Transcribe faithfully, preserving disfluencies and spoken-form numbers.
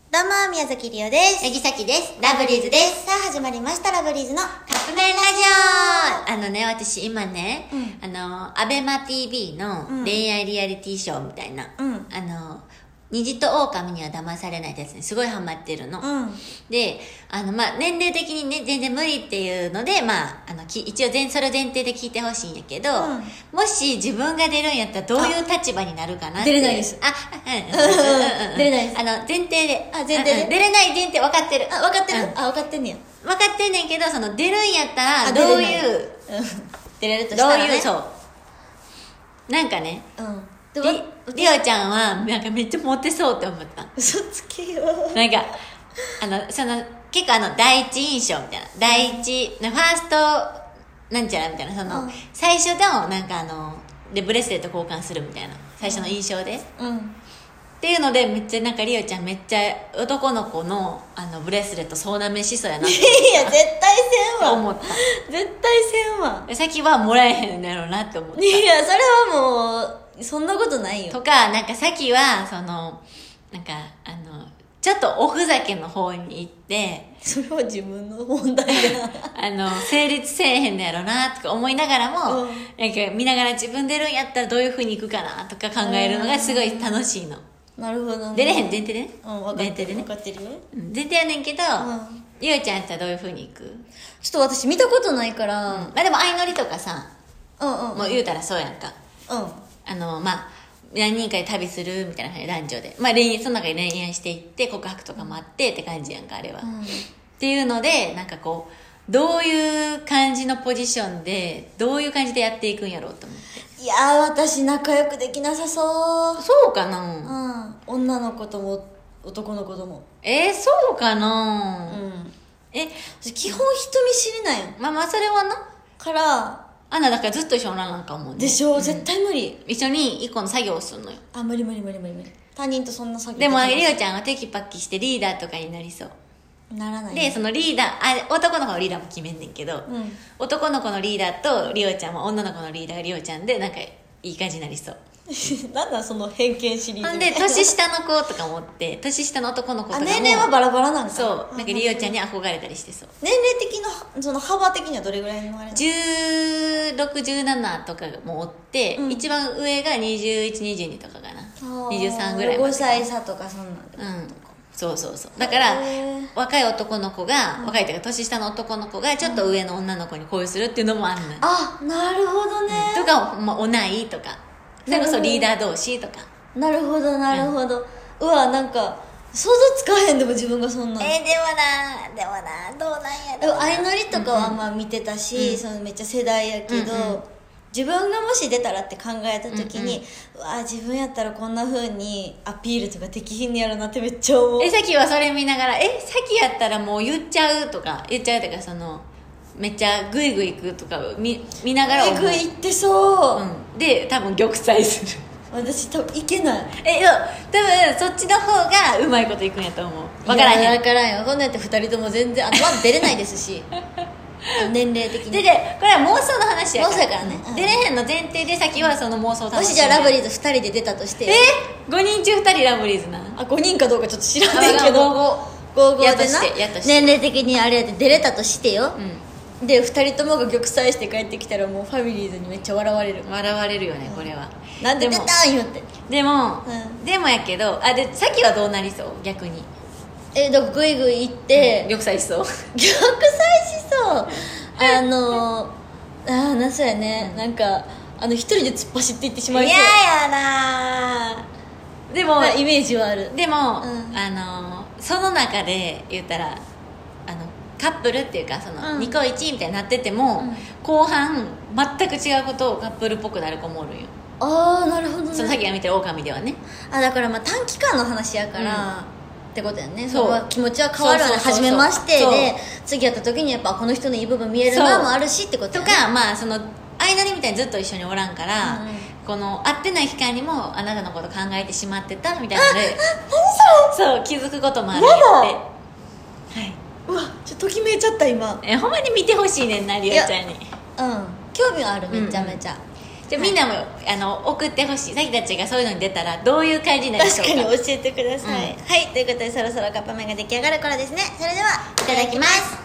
どうも、宮崎りおです。 八木崎です。ラブリーズです。 さあ、始まりました、ラブリーズのカップ麺ラあのね、私今ね、うん、あの、アベマ ティービー の恋愛リアリティショーみたいな、うん、あの、虹と狼には騙されないってやつにすごいハマってるの。うん、で、あの、まあ、年齢的にね、全然無理っていうので、まあ、あの、き一応全、それを前提で聞いてほしいんやけど、うん、もし自分が出るんやったらどういう立場になるかなって。 出れないです。 あ、うん。 出れないです。 あの、前提で。 あ、前提で。 出れない前提分かってる。 あ、分かってる、うん、あ、分かってんねや。 分かってんねんけど、その、出るんやったら、どういう、 出れるとしたらね。 どういう、そう。なんかね、うん。り, りおちゃんはなんかめっちゃモテそうって思った。 嘘つけよ。 なんかあのその結構あの第一印象みたいな、第一ファーストなんちゃらみたいな、その、うん、最初のなんかあのでブレスレット交換するみたいな最初の印象で、うん、っていうのでめっちゃなんかりおちゃんめっちゃ男の子のあのブレスレット総なめしそうやなっていや絶対せんわ思った。 絶対せんわ。 先はもらえへんやろうなって思った。 いやそれはもうそんなことないよ。 とか、なんかさっきは、その、なんか、あの、ちょっとおふざけの方に行って、 それは自分の問題だ。 あの、成立せえへんのやろな、とか思いながらも、うん、なんか見ながら自分出るんやったらどういう風に行くかな、とか考えるのがすごい楽しいの。 なるほどね。 出れへん前提でね。 うん、分かってる。分かってるよ。 前提やねんけど、りおちゃんやったらどういう風に行く？ ちょっと私見たことないから。うん、 まあでも相乗りとかさ、 うんうん、うん、 もう言うたらそうやんか。うん。あの、まあ、何人かで旅するみたいな感じで男女で、まあ、恋愛その中で恋愛していって告白とかもあってって感じやんかあれは、うん、っていうのでなんかこうどういう感じのポジションでどういう感じでやっていくんやろうと思って。 いやー私仲良くできなさそう。 そうかな。 うん、女の子とも男の子とも。 えー、そうかな。うん。 え基本人見知りなんや。 まあまあそれはなからあんなだからずっと一緒におらなんかもんね。 でしょ、うん、絶対無理。 一緒に一個の作業をするのよ。 あ、無理無理無理無理無理。他人とそんな作業でもりおちゃんはテキパキしてリーダーとかになりそう。 ならない、 ね、でそのリーダーあ男の子のリーダーも決めんねんけど、うん、男の子のリーダーとりおちゃんは女の子のリーダーがりおちゃんでなんかいい感じになりそう。 なんだその偏見シリーズ。 ほんで年下の子とか思って年下の男の子とかも年齢はバラバラなんか。 そうなんかりおちゃんに憧れたりしてそう。 年齢的なその幅的にはどれぐらいのあれ？ じゅうろく、じゅうななとかもおって、うん、一番上がにじゅういち、にじゅうにとかかな。にじゅうさんぐらいまで。 ごさい差とかそんなんで。うん。 そうそうそう。だから若い男の子が、うん、若いというか年下の男の子がちょっと上の女の子に恋するっていうのもあんのよ。 あ、なるほどね。 とか、まあ、同いとか。それこそリーダー同士とか。 なるほどなるほど、うん、うわなんか想像つかへん。でも自分がそんなえー、でもなでもなどうなんやろ。 でも相乗りとかはまあ見てたし、うん、そのめっちゃ世代やけど、うんうん、自分がもし出たらって考えた時に、うんうん、うわ自分やったらこんな風にアピールとかできひんのやろなってめっちゃ思う。 えさっきはそれ見ながらえさっきやったらもう言っちゃうとか言っちゃうとかそのめっちゃグイグイ行くとか 見, 見ながらグイグイ行ってそう、 うん、で多分玉砕する。 私多分いけない。 え多分そっちの方がうまいこといくんやと思う。分からへん。 分からんよ。こんなんやってふたりとも全然あとまず出れないですし年齢的にででこれは妄想の話やから妄想やからね、うん、 出れへんの前提で先はその妄想を楽しむ。 もしじゃあラブリーズふたりで出たとしてえごにん中ふたりラブリーズなあごにんかどうかちょっと知らないけどごごでな年齢的にあれで出れたとしてよ、うん、でふたりともが玉砕して帰ってきたらもうファミリーズにめっちゃ笑われる。 笑われるよねこれは、 うん、なんで出たんよってでも、うん、でもやけどあでさっきはどうなりそう逆に。 えだからグイグイ行って、 うん、玉砕しそう玉砕しそうあのああなそうやね、うん、なんかあの一人で突っ走っていってしまいそう。 嫌やなでもイメージはある。 でも、うん、あのその中で言ったらあのカップルっていうかその、うん、ニコイチみたいになってても、うん、後半全く違うことをカップルっぽくなる子もおるんよ。 ああなるほどね。 そのさっきが見てる狼ではね。 あだからまあ短期間の話やから、うんってことやね。そう気持ちは変わるわね。初めましてで次やった時にやっぱこの人のいい部分見えるなもあるしってことやね。 とかまあその相乗りみたいにずっと一緒におらんから、うん、この会ってない期間にもあなたのこと考えてしまってたみたいなのでそう気づくこともあるんやって。はい。 うわちょっとときめいちゃった今。 えほんまに見てほしいねんなりおちゃんに。 うん興味はあるめちゃめちゃ、 じゃあみんなも、はい、あの送ってほしい。さきたちがそういうのに出たらどういう感じになるでしょうか。 確かに教えてください、うん、はい、ということでそろそろカップ麺が出来上がる頃ですね。それではいただきます。